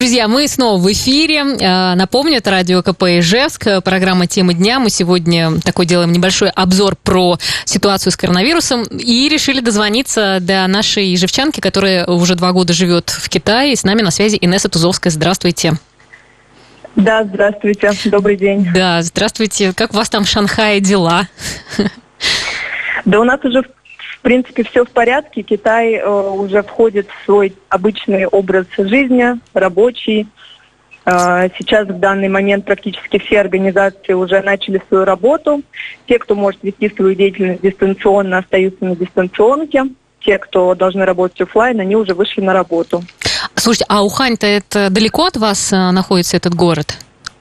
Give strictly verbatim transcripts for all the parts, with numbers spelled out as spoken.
Друзья, мы снова в эфире. Напомню, это радио ка пэ Ижевск, программа «Тема дня». Мы сегодня такой делаем небольшой обзор про ситуацию с коронавирусом и решили дозвониться до нашей ижевчанки, которая уже два года живет в Китае. С нами на связи Инесса Тузовская. Здравствуйте. Да, здравствуйте. Добрый день. Да, здравствуйте. Как у вас там в Шанхае дела? Да у нас уже, в принципе, все в порядке. Китай э, уже входит в свой обычный образ жизни, рабочий. Э, сейчас в данный момент практически все организации уже начали свою работу. Те, кто может вести свою деятельность дистанционно, остаются на дистанционке. Те, кто должны работать офлайн, они уже вышли на работу. Слушайте, а Ухань-то это далеко от вас находится, этот город?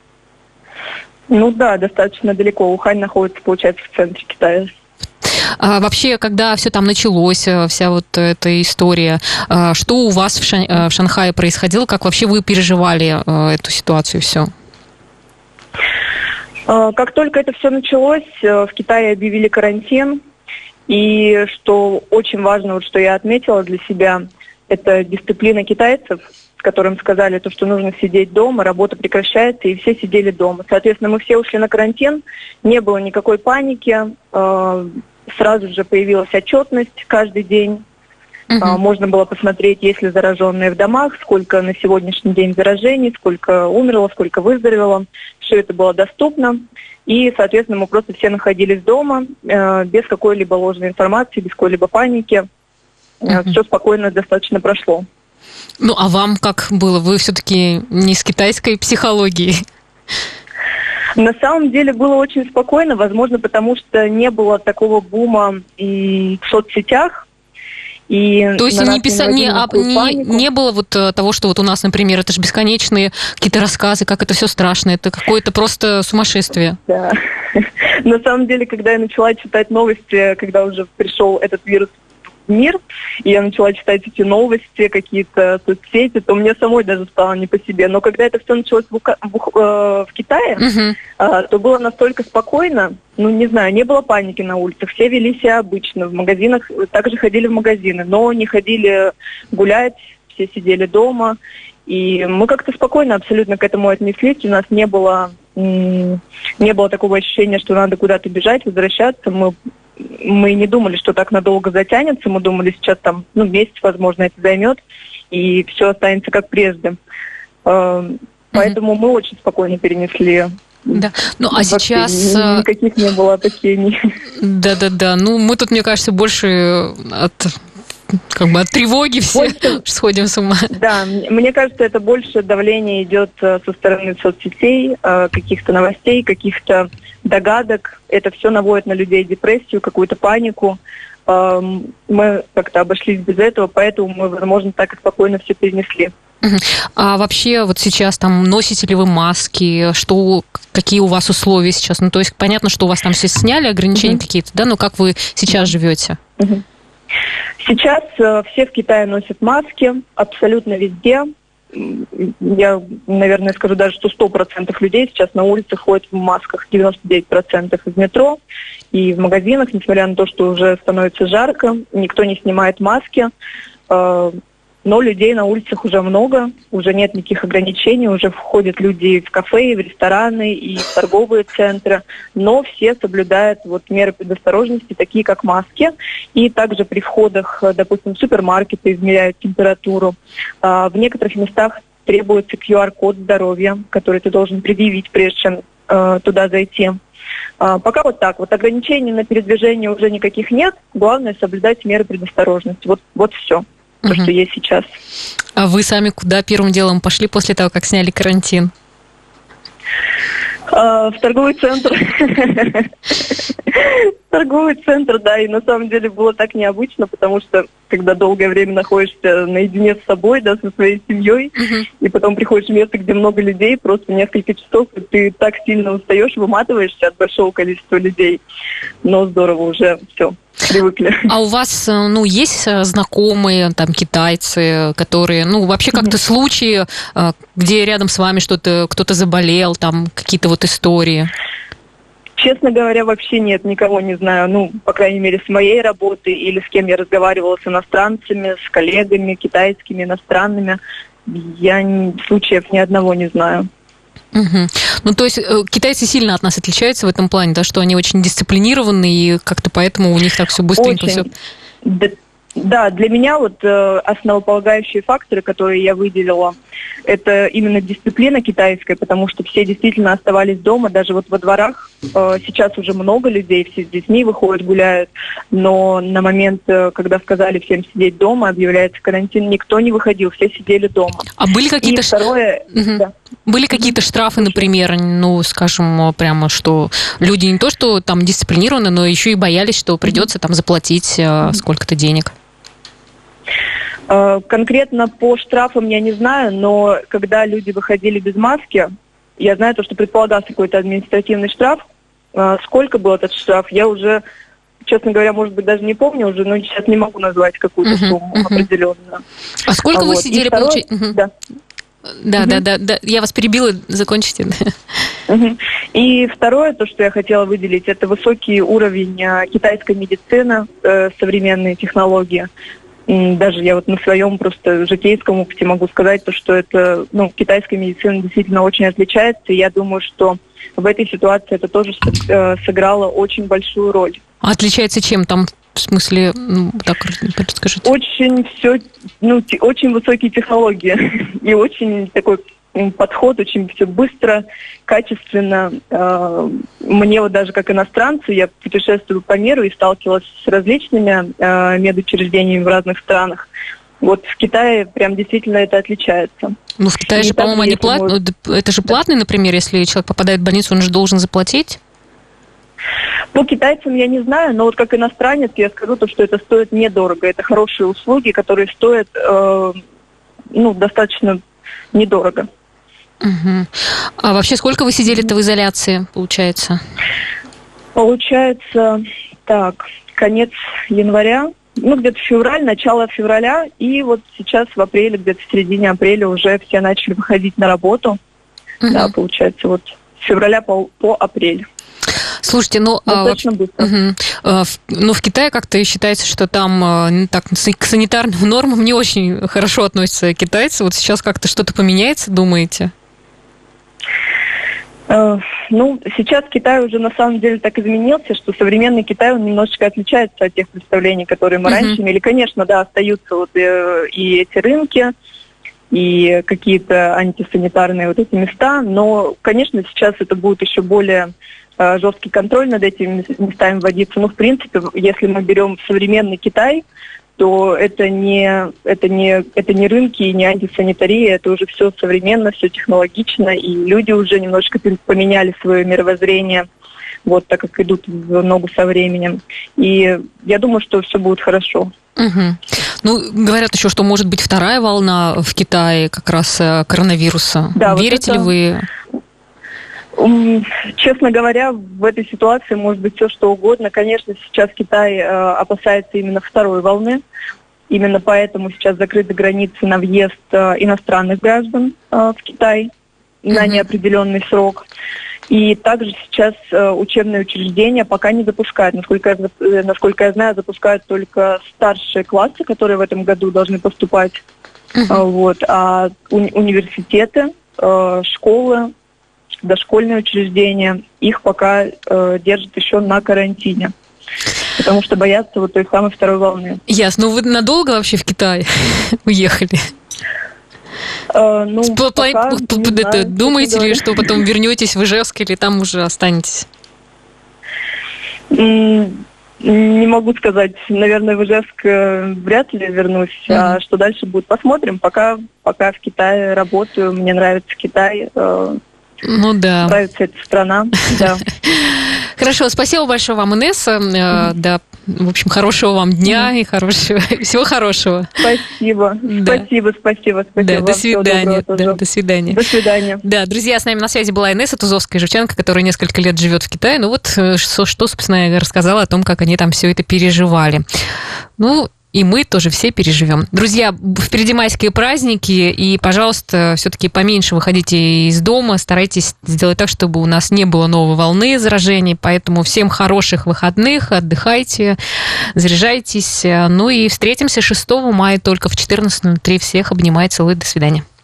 Ну да, достаточно далеко. Ухань находится, получается, в центре Китая. А вообще, когда все там началось, вся вот эта история, что у вас в, Шан... в Шанхае происходило? Как вообще вы переживали эту ситуацию все? Как только это все началось, в Китае объявили карантин. И что очень важно, вот что я отметила для себя, это дисциплина китайцев, которым сказали, то, что нужно сидеть дома, работа прекращается, и все сидели дома. Соответственно, мы все ушли на карантин, не было никакой паники, э, сразу же появилась отчетность каждый день. Uh-huh. Э, можно было посмотреть, есть ли зараженные в домах, сколько на сегодняшний день заражений, сколько умерло, сколько выздоровело. Все это было доступно. И, соответственно, мы просто все находились дома, э, без какой-либо ложной информации, без какой-либо паники. Uh-huh. Все спокойно достаточно прошло. Ну, а вам как было? Вы все-таки не с китайской психологией? На самом деле было очень спокойно, возможно, потому что не было такого бума и в соцсетях. И то есть не, писа... не, а, не, не было вот того, что вот у нас, например, это же бесконечные какие-то рассказы, как это все страшно, это какое-то просто сумасшествие. Да. На самом деле, когда я начала читать новости, когда уже пришел этот вирус в мир, и я начала читать эти новости, какие-то соцсети, то мне самой даже стало не по себе. Но когда это все началось в, Ука... в, э, в Китае, uh-huh. э, то было настолько спокойно, ну, не знаю, не было паники на улицах, все вели себя обычно, в магазинах также ходили в магазины, но не ходили гулять, все сидели дома, и мы как-то спокойно абсолютно к этому отнеслись, у нас не было, м- не было такого ощущения, что надо куда-то бежать, возвращаться, мы Мы не думали, что так надолго затянется. Мы думали, сейчас там, ну, месяц, возможно, это займет, и все останется как прежде. Поэтому mm-hmm. мы очень спокойно перенесли. Да. Ну, а вообще сейчас... Никаких не было опасений. Да-да-да. Ну, мы тут, мне кажется, больше от... как бы от тревоги все больше, сходим с ума. Да, мне кажется, это больше давление идет со стороны соцсетей, каких-то новостей, каких-то догадок. Это все наводит на людей депрессию, какую-то панику. Мы как-то обошлись без этого, поэтому мы, возможно, так и спокойно все перенесли. А вообще вот сейчас там носите ли вы маски, что, какие у вас условия сейчас? Ну, то есть понятно, что у вас там все сняли, ограничения mm-hmm. какие-то, да, но как вы сейчас живете? Mm-hmm. Сейчас э, все в Китае носят маски, абсолютно везде. Я, наверное, скажу даже, что сто процентов людей сейчас на улице ходят в масках, девяносто девять процентов в метро и в магазинах, несмотря на то, что уже становится жарко, никто не снимает маски. Э, но людей на улицах уже много, уже нет никаких ограничений, уже входят люди в кафе, и в рестораны, и в торговые центры, но все соблюдают вот меры предосторожности, такие как маски, и также при входах, допустим, в супермаркеты измеряют температуру. В некоторых местах требуется ку ар-код здоровья, который ты должен предъявить, прежде чем туда зайти. Пока вот так. Вот ограничений на передвижение уже никаких нет, главное соблюдать меры предосторожности. Вот, вот все. То, uh-huh. что есть сейчас. А вы сами куда первым делом пошли после того, как сняли карантин? В торговый центр. В торговый центр, да, и на самом деле было так необычно, потому что когда долгое время находишься наедине с собой, да, со своей семьей, uh-huh. и потом приходишь в место, где много людей, просто несколько часов, и ты так сильно устаешь, выматываешься от большого количества людей. Но здорово, уже все. Привыкли. А у вас, ну, есть знакомые, там, китайцы, которые, ну, вообще как-то mm-hmm. случаи, где рядом с вами что-то, кто-то заболел, там, какие-то вот истории? Честно говоря, вообще нет, никого не знаю. Ну, по крайней мере, с моей работы или с кем я разговаривала с иностранцами, с коллегами китайскими, иностранными. я ни, случаев ни одного не знаю. Угу. Ну, то есть китайцы сильно от нас отличаются в этом плане, да, что они очень дисциплинированы, и как-то поэтому у них так все быстренько очень. все... Да, да, для меня вот э, основополагающие факторы, которые я выделила, это именно дисциплина китайская, потому что все действительно оставались дома, даже вот во дворах. Э, сейчас уже много людей, все с детьми выходят, гуляют, но на момент, э, когда сказали всем сидеть дома, объявляется карантин, никто не выходил, все сидели дома. А были какие-то... И второе... Угу. Да. Были какие-то штрафы, например, ну, скажем, прямо, что люди не то, что там дисциплинированы, но еще и боялись, что придется там заплатить э, сколько-то денег? Конкретно по штрафам я не знаю, но когда люди выходили без маски, я знаю то, что предполагался какой-то административный штраф. Сколько был этот штраф, я уже, честно говоря, может быть, даже не помню уже, но сейчас не могу назвать какую-то uh-huh, сумму uh-huh. определенную. А сколько а вы вот. сидели, получается? Uh-huh. Да. Да, uh-huh. да, да, да. Я вас перебила, закончите. Uh-huh. И второе, то, что я хотела выделить, это высокий уровень китайской медицины, э, современные технологии. Даже я вот на своем просто житейском опыте могу сказать, то, что это, ну, китайская медицина действительно очень отличается, и я думаю, что в этой ситуации это тоже э, сыграло очень большую роль. А отличается чем там? В смысле, ну, так расскажите. Очень все, ну, т- очень высокие технологии и очень такой подход, очень все быстро, качественно. Мне вот даже как иностранцу, я путешествую по миру и сталкивалась с различными медучреждениями в разных странах. Вот в Китае прям действительно это отличается. Ну, в Китае же, по-моему, они платные. Это же платный, например, если человек попадает в больницу, он же должен заплатить? По китайцам я не знаю, но вот как иностранец я скажу, то, что это стоит недорого. Это хорошие услуги, которые стоят э, ну, достаточно недорого. Угу. А вообще сколько вы сидели-то в изоляции, получается? Получается, так, конец января, ну, где-то февраль, начало февраля, и вот сейчас в апреле, где-то в середине апреля уже все начали выходить на работу. Угу. Да, получается, вот с февраля по, по апрель. Слушайте, ну, а, угу. а, в, ну, в Китае как-то считается, что там а, так, к санитарным нормам не очень хорошо относятся китайцы. Вот сейчас как-то что-то поменяется, думаете? Uh, ну, сейчас Китай уже на самом деле так изменился, что современный Китай, он немножечко отличается от тех представлений, которые мы uh-huh. раньше имели. Конечно, да, остаются вот и, и эти рынки, и какие-то антисанитарные вот эти места, но, конечно, сейчас это будет еще более uh, жесткий контроль над этими местами вводиться. Ну, в принципе, если мы берем современный Китай, то это не, это, не, это не рынки и не антисанитария, это уже все современно, все технологично, и люди уже немножко поменяли свое мировоззрение, вот, так как идут в ногу со временем. И я думаю, что все будет хорошо. Угу. Ну, говорят еще, что может быть вторая волна в Китае как раз коронавируса. Да, верите вот это... ли вы? Честно говоря, в этой ситуации может быть все что угодно. Конечно, сейчас Китай э, опасается именно второй волны. Именно поэтому сейчас закрыты границы на въезд э, иностранных граждан э, в Китай mm-hmm. на неопределенный срок. И также сейчас э, учебные учреждения пока не запускают. Насколько я, э, насколько я знаю, запускают только старшие классы, которые в этом году должны поступать. Mm-hmm. Э, вот. А уни- университеты, э, школы, дошкольные учреждения, их пока э, держат еще на карантине, потому что боятся вот той самой второй волны. Ясно. Ну, вы надолго вообще в Китай уехали? Э, ну, Пла- пока, это, знаю, думаете ли, что потом вернетесь в Ижевск или там уже останетесь? Mm, не могу сказать. Наверное, в Ижевск э, вряд ли вернусь. Mm-hmm. А что дальше будет, посмотрим. Пока, пока в Китае работаю, мне нравится Китай. Э, Ну да. Нравится эта страна, да. Хорошо, спасибо большое вам, Инесса. Mm-hmm. Да, в общем, хорошего вам дня mm-hmm. и хорошего, всего хорошего. Спасибо, да. спасибо, спасибо, спасибо. Да, до свидания. Да, до свидания. До свидания. Да, друзья, с нами на связи была Инесса, тузовская ижевчанка, которая несколько лет живет в Китае. Ну вот, что, собственно, я рассказала о том, как они там все это переживали. Ну, и мы тоже все переживем. Друзья, впереди майские праздники, и, пожалуйста, все-таки поменьше выходите из дома, старайтесь сделать так, чтобы у нас не было новой волны заражений, поэтому всем хороших выходных, отдыхайте, заряжайтесь, ну и встретимся шестого мая только в четырнадцать ноль три. Всех обнимаю, целую, до свидания.